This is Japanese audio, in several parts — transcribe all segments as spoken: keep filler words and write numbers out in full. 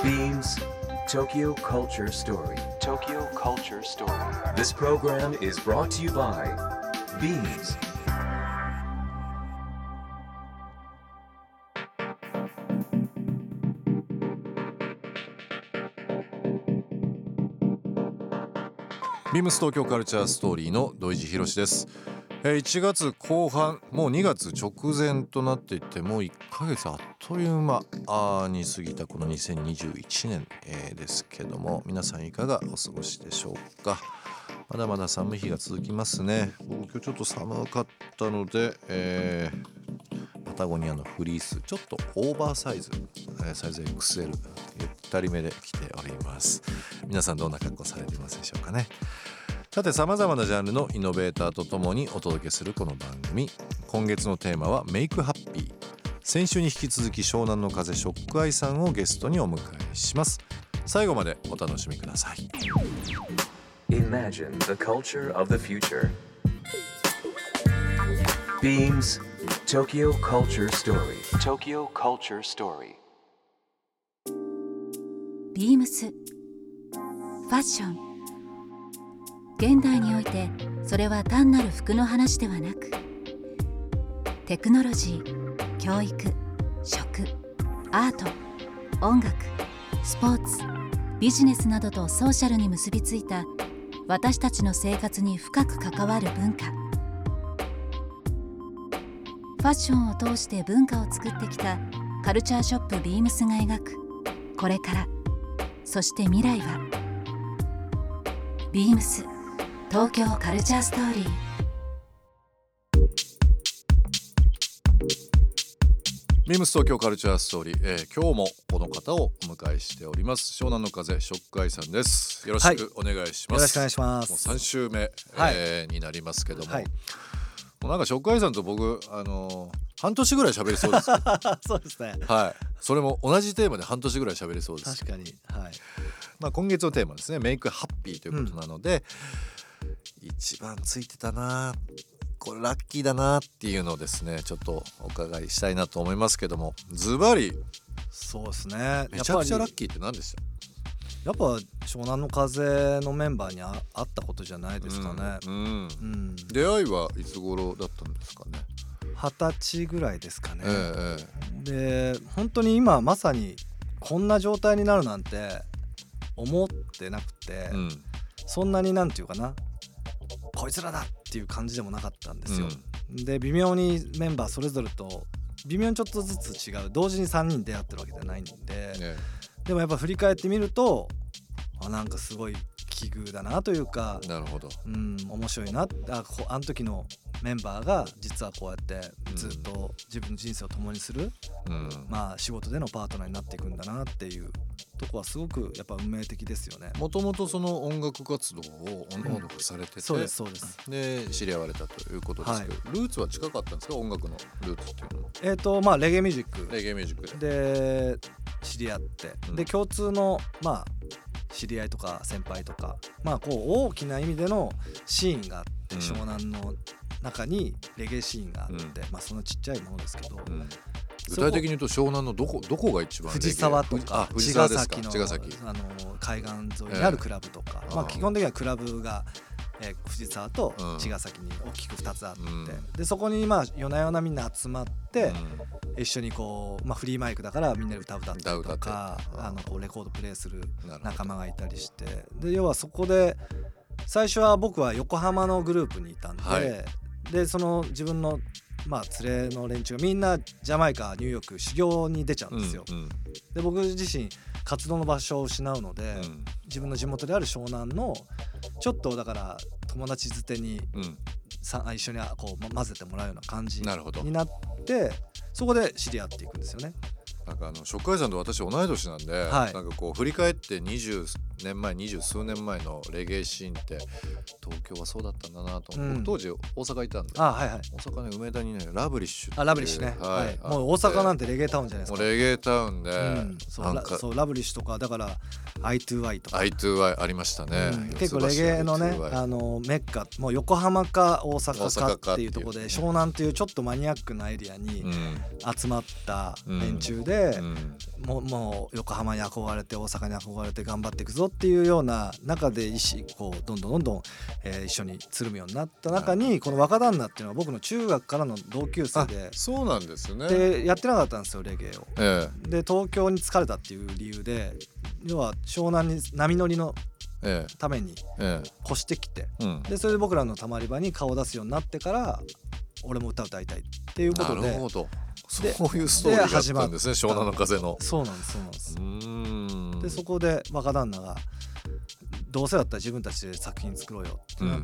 Beams Tokyo Culture Story. Tokyo Culture Story. This program is brought to you by Beams. ビームス東京カルチャーストーリーの土井地博です。いちがつこう半、もうにがつ直前となっていて、もういっかげつあっという間に過ぎたこのにせんにじゅういちねん、えー、ですけども、皆さんいかがお過ごしでしょうか。まだまだ寒い日が続きますね。僕今日ちょっと寒かったので、えー、パタゴニアのフリース、ちょっとオーバーサイズ、サイズ エックスエル、ゆったりめで着ております。皆さんどんな格好されていますでしょうかね。さて、さまざまなジャンルのイノベーターとともにお届けするこの番組、今月のテーマはメイクハッピー。先週に引き続き湘南の風ショックアイさんをゲストにお迎えします。最後までお楽しみください。 Imagine the culture of the future. Beams Tokyo Culture Story. Tokyo Culture Story. ビームスファッション。現代においてそれは単なる服の話ではなく、テクノロジー、教育、食、アート、音楽、スポーツ、ビジネスなどとソーシャルに結びついた私たちの生活に深く関わる文化。ファッションを通して文化を作ってきたカルチャーショップビームスが描くこれから、そして未来は。ビームス東京カルチャーストーリー。 ビームス東京カルチャーストーリー、えー、今日もこの方をお迎えしております。湘南の風ショックアイさんです。よろしくお願いします。 はい、よろしくお願いします。 もうさん週目、 はい、 えー、になりますけども、 はい、 もうなんかショックアイさんと僕、あのー、半年ぐらい喋りそうですそうですね。 はい、それも同じテーマで半年ぐらい喋りそうです。 確かに、はい。 まあ、今月のテーマですね、メイクハッピーということなので、うん、一番ついてたな、これラッキーだなっていうのをですね、ちょっとお伺いしたいなと思いますけども、ズバリそうですね、 めちゃくちゃラッキーって何でした？ やっぱ湘南の風のメンバーにあ会ったことじゃないですかね、 うんうんうん、 出会いはいつ頃だったんですかね？ 二十歳ぐらいですかね、 ええ、で本当に今まさにこんな状態になるなんて思ってなくて、うん、そんなになんていうかな、こいつらだっていう感じでもなかったんですよ、うん、で微妙にメンバーそれぞれと微妙にちょっとずつ違う、同時にさんにん出会ってるわけじゃないんで、ね、でもやっぱ振り返ってみると、あ、なんかすごい奇遇だなというか、 なるほど、 うん、面白いな、あ、こあの時のメンバーが実はこうやってずっと自分の人生を共にする、うん、まあ仕事でのパートナーになっていくんだなっていうとこはすごくやっぱ運命的ですよね。 もともとその音楽活動を音楽されてて、うん、 そうですそうです。 で知り合われたということですけど、はい、ルーツは近かったんですか？音楽のルーツっていうのは。 えっとまあレゲエミュージックレゲエミュージックで知り合って、うん、で共通のまあ知り合いとか先輩とか、まあこう大きな意味でのシーンがあって、うん、湘南の中にレゲエシーンがあって、うん、まあそんなちっちゃいものですけど、うん、 具体的に言うと湘南のどこどこが一番レゲエ？ 藤沢とか藤沢茅ヶ崎の茅ヶ崎あの海岸沿いにあるクラブとか、えー、まあ基本的にはクラブが、えー、藤沢と茅ヶ崎に大きくふたつあって、うん、でそこにまあ夜な夜なみんな集まって、うん、一緒にこう、まあ、フリーマイクだからみんなで歌歌ったりとか、あのこうレコードプレイする仲間がいたりして、で要はそこで最初は僕は横浜のグループにいたんで、はい、でその自分のまあ連れの連中がみんなジャマイカニューヨーク修行に出ちゃうんですよ、うんうん、で僕自身活動の場所を失うので、うん、自分の地元である湘南のちょっとだから友達づてに、うん、さ一緒にこう混ぜてもらうような感じになって、そこで知り合っていくんですよね。 なんかあのショックアイさんと私同い年なんで、はい、なんかこう振り返ってにじゅう年前二十数年前のレゲエシーンって東京はそうだったんだなと思って、うん、僕当時大阪いたんで、 あ、はいはい、 大阪ね梅田にねラブリッシュっていう、 あラブリッシュね、はい、もう大阪なんてレゲエタウンじゃないですか。 もうレゲエタウンで、うん、 そうなんかそうラブリッシュとかだから アイツーアイ とかアイツーアイ ありましたね、うん、 結構レゲエのねあのメッカもう横浜か大阪かっていうところで湘南っていうちょっとマニアックなエリアに集まった連中で、うんうん、も, もう横浜に憧れて大阪に憧れて頑張っていくぞっていうような中で意思こうどんどんどんどん、えー、一緒につるむようになった中にこの若旦那っていうのは僕の中学からの同級生で、 そうなんですね。 でやってなかったんですよレゲエを、 ええ、 で東京に疲れたっていう理由で要は湘南に波乗りのために越してきて、ええうん、でそれで僕らのたまり場に顔を出すようになってから俺も歌歌いたいっていうことで、 なるほど、そういうストーリーがあったんですね、湘南の風の。 そうなんですそうなんです。うーんでそこで若旦那がどうせだったら自分たちで作品作ろうよってなって、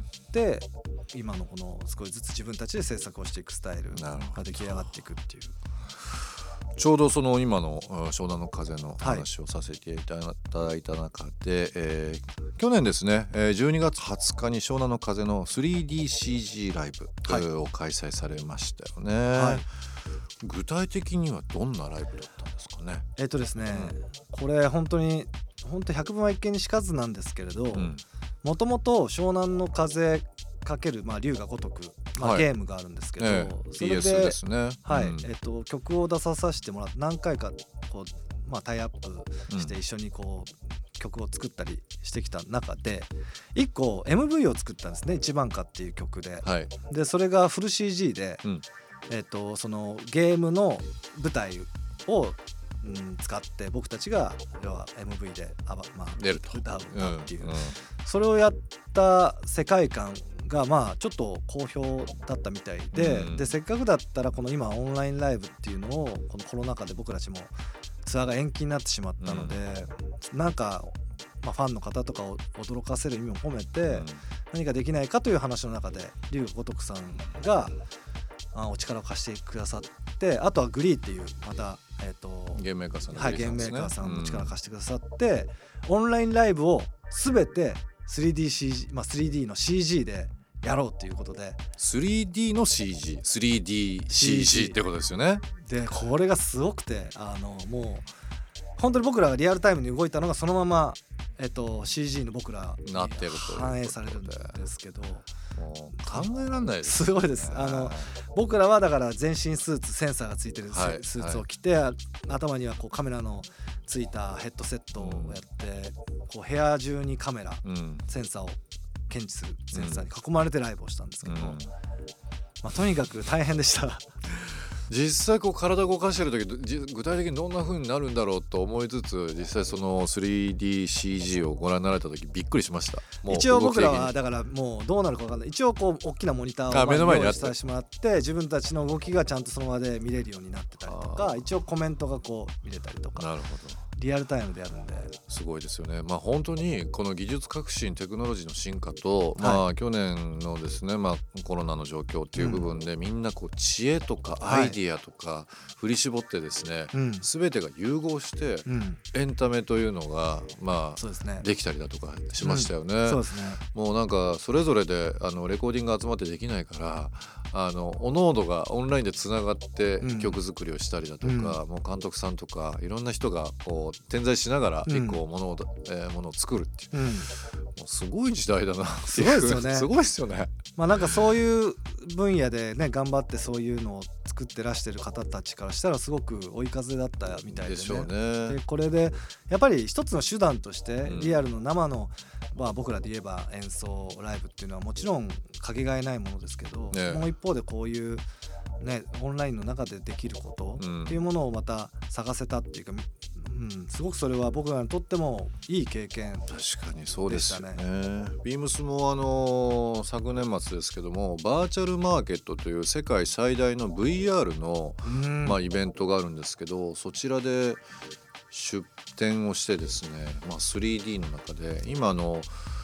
うん、今のこの少しずつ自分たちで制作をしていくスタイルが出来上がっていくっていう。 ちょうどその今の湘南の風の話をさせていただいた中で、はい、えー、去年ですねじゅうにがつはつかに湘南の風の スリーディーシージー ライブを開催されましたよね、はい、具体的にはどんなライブだったんですかね。 えっとですね、うん、これ本当に本当百聞は一見にしかずなんですけれど、もともと湘南の風かけるまあ龍が如く、まあ、ゲームがあるんですけど、はい、それで、 ピーエス ですね、 はい、うん、えっと、曲を出させてもらって何回かこう、まあ、タイアップして一緒にこう、うん、曲を作ったりしてきた中でいっこ エムブイ を作ったんですね、一番かっていう曲で、はい、でそれがフル シージー で、うん、えっと、そのゲームの舞台をうん、使って僕たちが要は エムブイ であば、まあ、 出ると歌うっていう、うんうん、それをやった世界観がまあちょっと好評だったみたいで、うん、でせっかくだったらこの今オンラインライブっていうのをこのコロナ禍で僕たちもツアーが延期になってしまったので、うん、なんか、まあ、ファンの方とかを驚かせる意味も込めて、うん、何かできないかという話の中で龍が如くさんがあお力を貸してくださって、あとはグリーっていうまたえー、とゲームメーカーさんの、 はい、ゲームメーカーさんの力を貸してくださって、うん、オンラインライブをすべて スリーディーシージー、まあ、スリーディー の シージー でやろうっていうことでスリーディー の シージー スリーディーシージー ってことですよね。 でこれがすごくてあのもう本当に僕らがリアルタイムに動いたのがそのまま、えっと、シージー の僕らに反映されるんですけど、 もう考えられないです、 ね、すごいです。あの僕らはだから全身スーツセンサーがついてるスーツを着て、はい、頭にはこうカメラのついたヘッドセットをやって、うん、こう部屋中にカメラ、うん、センサーを検知するセンサーに囲まれてライブをしたんですけど、うん、まあ、とにかく大変でした実際こう体を動かしてる時具体的にどんな風になるんだろうと思いつつ実際その スリーディーシージー をご覧になられた時びっくりしました。もう一応僕らはだからもうどうなるか分かんない、一応こう大きなモニターを目の前に用意させてもらって自分たちの動きがちゃんとその場で見れるようになってたりとか、一応コメントがこう見れたりとか、 なるほど、 リアルタイムでやるんですごいですよね。まあ本当にこの技術革新テクノロジーの進化と、まあ去年のですね、まあコロナの状況っていう部分で、みんなこう知恵とかアイディアとか振り絞ってですね、全てが融合してエンタメというのがまあできたりだとかしましたよね。 そうですね。 もうなんかそれぞれであのレコーディング集まってできないからあの各々がオンラインでつながって曲作りをしたりだとか、もう監督さんとかいろんな人がこう点在しながら一個ものを、うんえー、ものを作るっていう、うん、もうすごい時代だなっていう。 すごいですよね。 すごいですよね。 まあなんかそういう分野でね頑張ってそういうのを作ってらしてる方たちからしたらすごく追い風だったみたいでね。でしょうね。でこれでやっぱり一つの手段としてリアルの生の、まあ、僕らで言えば演奏ライブっていうのはもちろんかけがえないものですけど、ね、もう一方でこういうねオンラインの中でできることっていうものをまた探せたっていうか、うん、すごくそれは僕らにとってもいい経験でしたね。 確かにそうですよね。ビームスもあの昨年末ですけどもバーチャルマーケットという世界最大の ブイアール の、まあ、イベントがあるんですけど、そちらで出展をしてですね、まあ、スリーディー の中で今の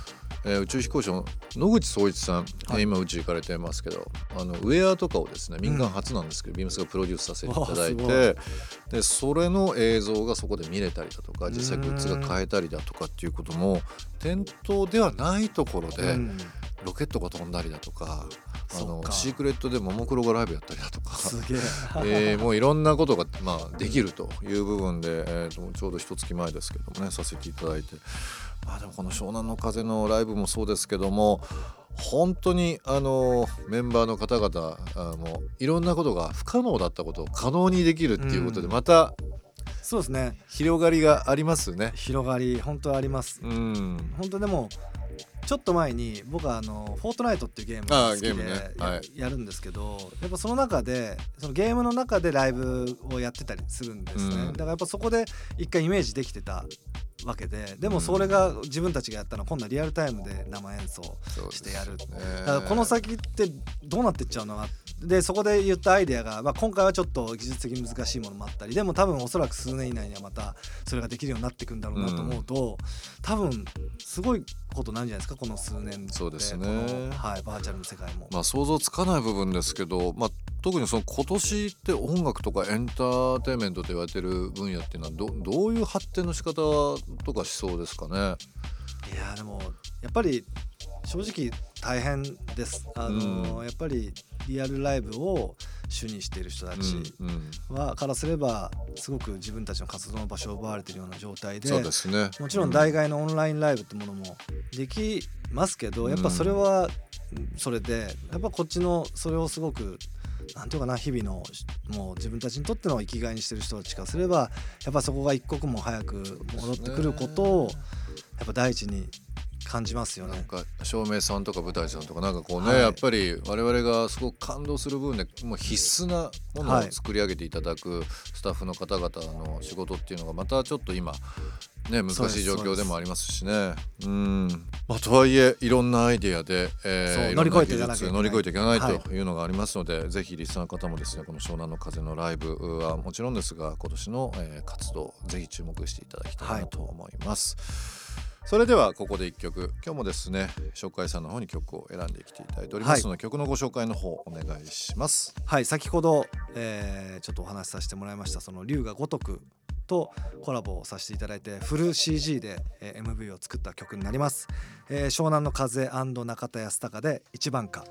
えー、宇宙飛行士の野口聡一さん、 はい、 今宇宙行かれてますけど、あのウェアとかをですね民間初なんですけど、うん、ビームスがプロデュースさせていただいて、でそれの映像がそこで見れたりだとか、実際グッズが買えたりだとかっていうことも店頭ではないところで、うん、ロケットが飛んだりだとか、あのシークレットでももクロがライブやったりだとか、 すげええー、もういろんなことが、まあ、できるという部分で、えー、とちょうど一月前ですけどもねさせていただいて、まあ、でもこの湘南の風のライブもそうですけども、本当にあのメンバーの方々あもいろんなことが不可能だったことを可能にできるっていうことで、また、うん、 そうですね、 広がりがありますね。 広がり本当あります、うん、本当でもちょっと前に僕はあのフォートナイトっていうゲームが好きで や,、ねはい、やるんですけど、やっぱその中でそのゲームの中でライブをやってたりするんですね、うん、だからやっぱそこで一回イメージできてたわけで、でもそれが自分たちがやったのは今度はリアルタイムで生演奏してやる、ね、だからこの先ってどうなっていっちゃうのかで、そこで言ったアイデアが、まあ、今回はちょっと技術的に難しいものもあったり、でも多分おそらく数年以内にはまたそれができるようになっていくんだろうなと思うと、うん、多分すごいことなんじゃないですかこの数年で。 そうですね、 はい、バーチャルの世界も、 まあ、想像つかない部分ですけど、まあ、特にその今年って音楽とかエンターテインメントと言われてる分野っていうのは ど, どういう発展の仕方とかしそうですかね。 いやでもやっぱり正直大変です。あの、うん、やっぱりリアルライブを主にしている人たちは、うん、からすればすごく自分たちの活動の場所を奪われているような状態で、 そうですね、 もちろん代替のオンラインライブってものもできますけど、うん、やっぱそれはそれでやっぱこっちのそれをすごくなんていうかな、日々のもう自分たちにとっての生きがいにしてる人たちからすればやっぱそこが一刻も早く戻ってくることをやっぱ第一に感じますよね。 なんか照明さんとか舞台さんとかなんかこうね、 はい、やっぱり我々がすごく感動する部分でもう必須なものを作り上げていただくスタッフの方々の仕事っていうのがまたちょっと今ね難しい状況でもありますしね。うん、まあ、とはいえいろんなアイデアで、えー、 乗り越えていかなきゃいけない乗り越えていかないというのがありますので、はい、ぜひリスナーの方もですねこの湘南の風のライブはもちろんですが今年の、えー、活動ぜひ注目していただきたいなと思います、はい。それではここでいっきょく、今日もですね紹介さんの方に曲を選んできていただいておりますので、はい、曲のご紹介の方お願いします。 はい、先ほど、えー、ちょっとお話しさせてもらいましたその龍が如くとコラボをさせていただいてフル シージー で、えー、エムブイ を作った曲になります、えー、湘南の風&中田康隆で一番か。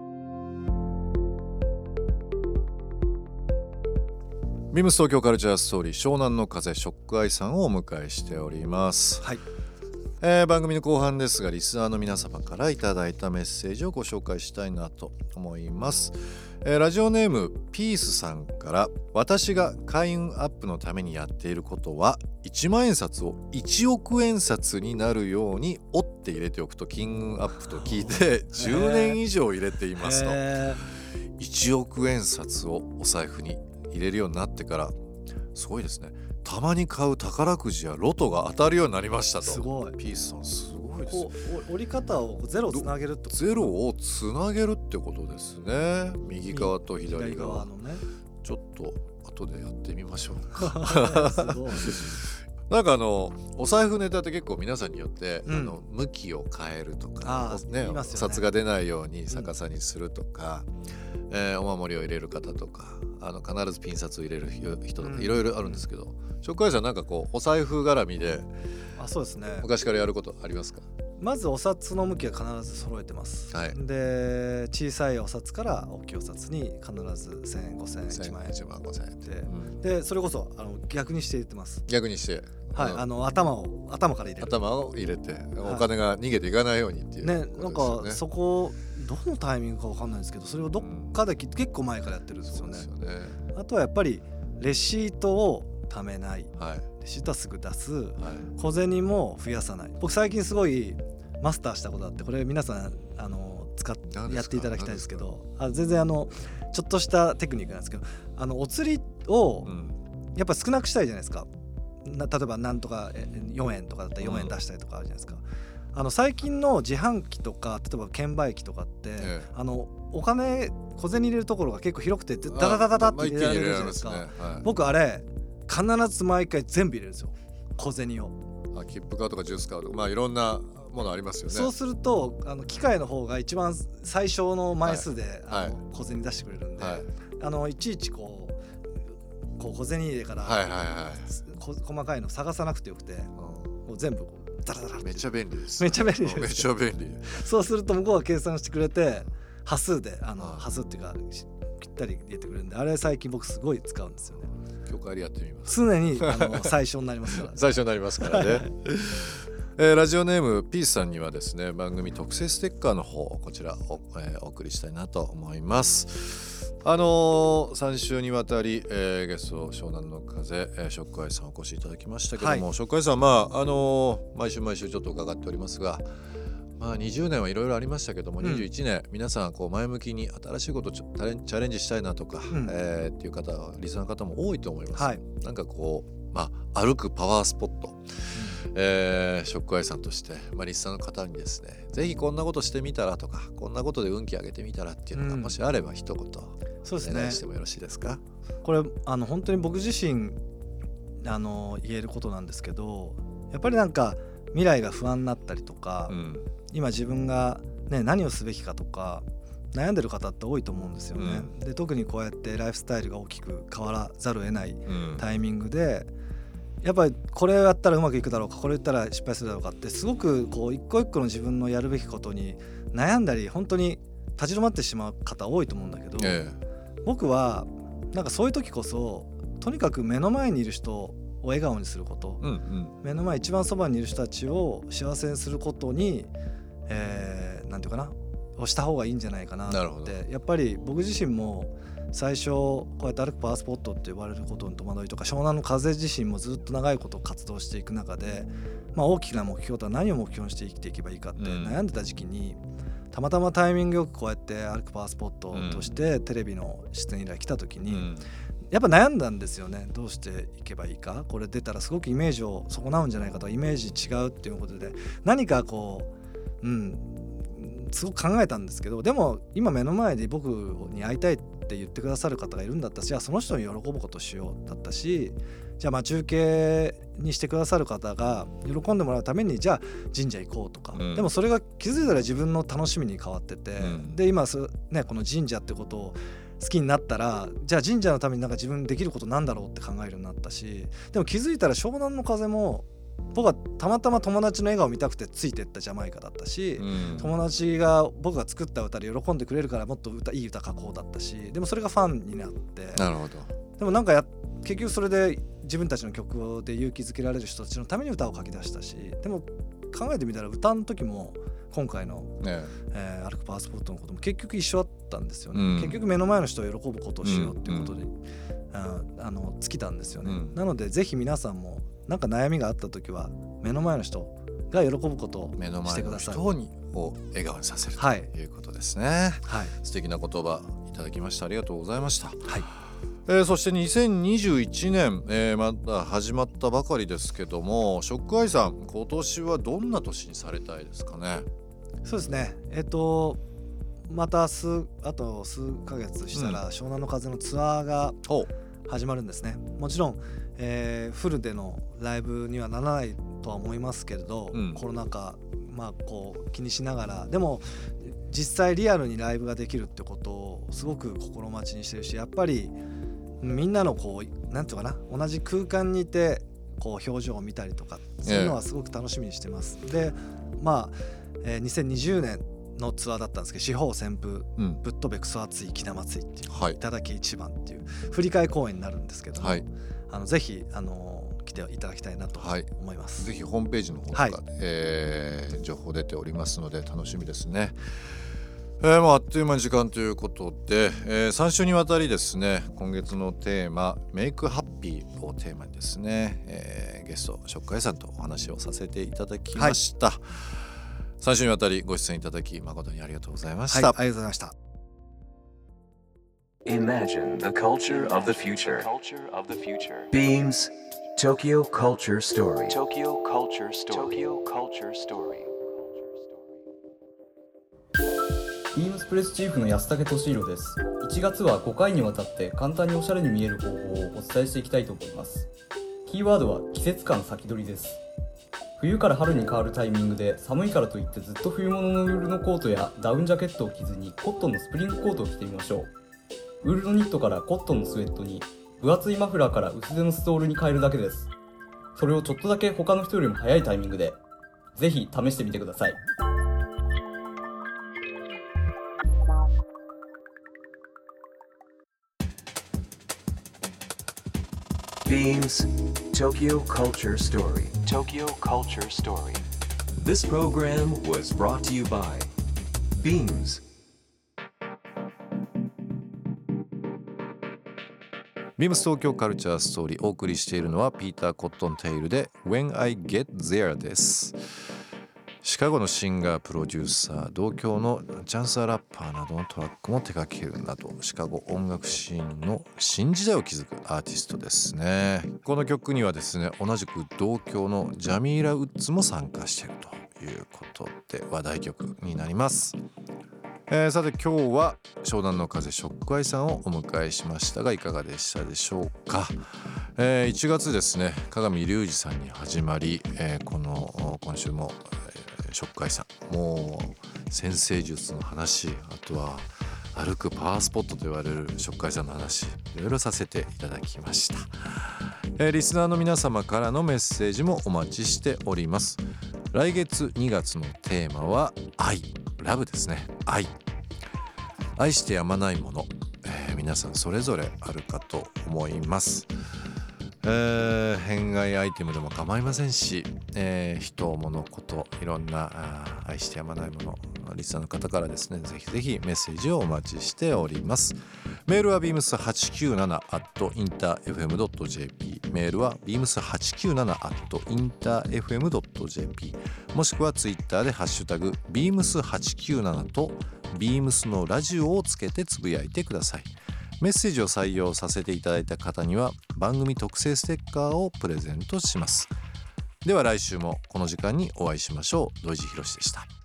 ビームス東京カルチャーストーリー湘南の風ショックアイさんをお迎えしております。 はい、 えー、番組の後半ですがリスナーの皆様からいただいたメッセージをご紹介したいなと思います、えー、ラジオネームピースさんから、私が開運アップのためにやっていることはいちまん円札をいちおく円札になるように折って入れておくと金運アップと聞いてじゅうねん以上入れていますと。いちおく円札をお財布に入れるようになってからすごいですね、たまに買う宝くじやロトが当たるようになりましたと。 すごい、 ピースさんすごいですね。 折り方をゼロをつなげるってこと、 ゼロをつなげるってことですね。右側と左側、 左側のね、 ちょっと後でやってみましょうかすごいなんかあのお財布ネタって結構皆さんによって、うん、あの向きを変えるとか、ね、お札が出ないように逆さにするとか、うん、えー、お守りを入れる方とか、あの必ずピン札を入れる人とかいろいろあるんですけど、紹介者なんかこうお財布絡みで、 あ、そうですね、 昔からやることありますか？ まずお札の向きは必ず揃えてます、はい、で小さいお札から大きいお札に必ずせんえんごせんえんいちまんえんいちまんごせんえんで、うん、でそれこそあの逆にして入れてます。 逆にして、 はい、あの頭を頭から入れる、 頭を入れてお金が逃げていかないようにっていう、 ね、なんかそこどのタイミングか分かんないんですけど、それをどっかで、うん、結構前からやってるんですよね。そうですよね。あとはやっぱりレシートを貯めない、はい、レシートはすぐ出す、はい、小銭も増やさない。僕最近すごいマスターしたことあって、これ皆さんあの使っやっていただきたいですけど、あ全然あのちょっとしたテクニックなんですけど、あのお釣りをやっぱ少なくしたいじゃないですか。な例えばなんとかよえんとかだったらよえん出したりとかあるじゃないですか、うん、あの最近の自販機とか例えば券売機とかって、ええ、あのお金小銭入れるところが結構広くてダダダダダって入れられるじゃないですか、まあね、はい、僕あれ必ず毎回全部入れるんですよ、小銭を。 あ、切符買うとかジュース買うとか、まあいろんなものありますよね。 そうするとあの機械の方が一番最小の枚数で、はい、あの小銭出してくれるんで、はい、あのいちいちこう、こう小銭入れから、はいはいはい、こ細かいの探さなくてよくて、うん、もう全部ダラダラって。 めっちゃ便利です。 めっちゃ便利です。 めっちゃ便利。 そうすると向こうが計算してくれて端数であの端数っていうかぴったり入れてくれるんで、あれ最近僕すごい使うんですよね。 今日帰りやってみます。 常にあの最初になりますから、ね、 最初になりますからね。えー、ラジオネームピースさんにはですね、番組特製ステッカーの方こちらを、えー、お送りしたいなと思います。あのー、さん週にわたり、えー、ゲスト湘南の風、えー、ショックアイさんお越しいただきましたけども、はい、ショックアイさん、まああのー、毎週毎週ちょっと伺っておりますが、まあ、にじゅうねんはいろいろありましたけども、うん、にじゅういちねん皆さんこう前向きに新しいことチャレンジしたいなとか、うん、えー、っていう方リスナーの方も多いと思います、はい、なんかこう、まあ、歩くパワースポット、うん、えー、ショックアイさんとして、まあ、リスナーの方にですね、ぜひこんなことしてみたらとか、こんなことで運気上げてみたらっていうのがもしあれば一言お願いしてもよろしいですか。 これあの本当に僕自身あの言えることなんですけど、やっぱりなんか未来が不安になったりとか、うん、今自分が、ね、何をすべきかとか悩んでる方って多いと思うんですよね、うん、で特にこうやってライフスタイルが大きく変わらざるを得ないタイミングで、うん、やっぱりこれをやったらうまくいくだろうか、これをやったら失敗するだろうかってすごくこう一個一個の自分のやるべきことに悩んだり本当に立ち止まってしまう方多いと思うんだけど、ええ、僕はなんかそういう時こそとにかく目の前にいる人を笑顔にすること、うんうん、目の前一番そばにいる人たちを幸せにすることに、えー、なんていうかなをした方がいいんじゃないかなって。やっぱり僕自身も最初こうやって歩くパワースポットって呼ばれることの戸惑いとか、湘南の風自身もずっと長いこと活動していく中で、まあ、大きな目標とは何を目標にして生きていけばいいかって悩んでた時期に、うん、たまたまタイミングよくこうやって歩くパワースポットとしてテレビの出演依頼来た時に、うん、やっぱ悩んだんですよね。どうしていけばいいか、これ出たらすごくイメージを損なうんじゃないかとか、イメージ違うっていうことで何かこう、うんすごく考えたんですけど、でも今目の前で僕に会いたいって言ってくださる方がいるんだったら、じゃあその人に喜ぶことをしようだったし、じゃあ待ち受けにしてくださる方が喜んでもらうためにじゃあ神社行こうとか、うん、でもそれが気づいたら自分の楽しみに変わってて、うん、で今す、ね、この神社ってことを好きになったら、じゃあ神社のためになんか自分できることなんだろうって考えるようになったし、でも気づいたら湘南の風も僕はたまたま友達の笑顔を見たくてついてったジャマイカだったし、うん、友達が僕が作った歌で喜んでくれるからもっと歌いい歌書こうだったし、でもそれがファンになって、 なるほど。 でもなんかや結局それで自分たちの曲で勇気づけられる人たちのために歌を書き出したし、でも考えてみたら歌の時も今回の、ねえー、歩くパワースポットのことも結局一緒だったんですよね、うん、結局目の前の人を喜ぶことをしようっていうことに、うんうん、ああの尽きたんですよね、うん、なのでぜひ皆さんもなんか悩みがあった時は目の前の人が喜ぶことをしてください。 目の前の人を笑顔にさせる、はい、ということですね、はい、素敵な言葉いただきました。ありがとうございました、はい。えー、そしてにせんにじゅういちねん、えー、まだ始まったばかりですけども、ショックアイさん今年はどんな年にされたいですかね。 そうですね、えっとまた数あと数ヶ月したら、うん、湘南の風のツアーが始まるんですね。もちろん、えー、フルでのライブにはならないとは思いますけれど、うん、コロナ禍、まあ、こう気にしながらでも実際リアルにライブができるってことをすごく心待ちにしてるし、やっぱりみんなのこうなんていうかな、同じ空間にいてこう表情を見たりとか、そういうのはすごく楽しみにしてます、えー、でまあ、えー、にせんにじゅうねんのツアーだったんですけど、四方旋風、うん、ぶっ飛べクソ暑いきな祭りっていう、はい、いただき一番っていう振り替え公演になるんですけども、はい、あのぜひあの来ていただきたいなと思います、 はい、ぜひホームページの方から、はい、えー、情報出ておりますので楽しみですね。えー、もうあっという間に時間ということで、えー、さん週にわたりですね、今月のテーマメイクハッピーをテーマにですね、えー、ゲストショックアイさんとお話をさせていただきました、はい、さん週にわたりご出演いただき誠にありがとうございました、 はい、ありがとうございました。 Imagine the culture of the future. Beams Tokyo Culture Story. Tokyo Culture Story. Tokyo Culture Story. ビームスプレスチーフの安武俊弘です。いちがつはごかいにわたって簡単におしゃれに見える方法をお伝えしていきたいと思います。キーワードは季節感先取りです。 冬から春に変わるタイミングで寒いからといってずっと冬物のウールのコートやダウンジャケットを着ずにコットンのスプリングコートを着てみましょう。ウールのニットからコットンのスウェットに、分厚いマフラーから薄手のストールに変えるだけです。それをちょっとだけ他の人よりも早いタイミングで、ぜひ試してみてください。 Beams Tokyo Culture Story. Tokyo Culture Story. This program was brought to you by Beams. ビームス東京カルチャーストーリーお送りしているのはピーター・コットンテイルで When I Get There です。シカゴのシンガープロデューサー、同郷のチャンスアラッパーなどのトラックも手掛けるなど、シカゴ音楽シーンの新時代を築くアーティストですね。この曲にはですね、同じく同郷のジャミーラ・ウッズも参加しているということで話題曲になります。えー、さて今日は湘南の風ショックアイさんをお迎えしましたがいかがでしたでしょうか。えー、いちがつですね、鏡隆二さんに始まり、えー、この今週も、えー、ショックアイさん、もう先生術の話、あとは歩くパワースポットと言われるショックアイさんの話、いろいろさせていただきました。えー、リスナーの皆様からのメッセージもお待ちしております。来月にがつのテーマは愛、ラブですね。愛愛してやまないもの、えー、皆さんそれぞれあるかと思います。えー、変愛アイテムでも構いませんし、えー、人物こといろんな愛してやまないもの、リスナーの方からですね、ぜひぜひメッセージをお待ちしております。メールは ビームスはちきゅうなな アット インターエフエム ドット ジェーピー、 メールは ビームスはちきゅうなな アット インターエフエム ドット ジェーピー、 もしくはツイッターでハッシュタグ ビームスはちきゅうなな と ビームス のラジオをつけてつぶやいてください。メッセージを採用させていただいた方には番組特製ステッカーをプレゼントします。では来週もこの時間にお会いしましょう。土井地博でした。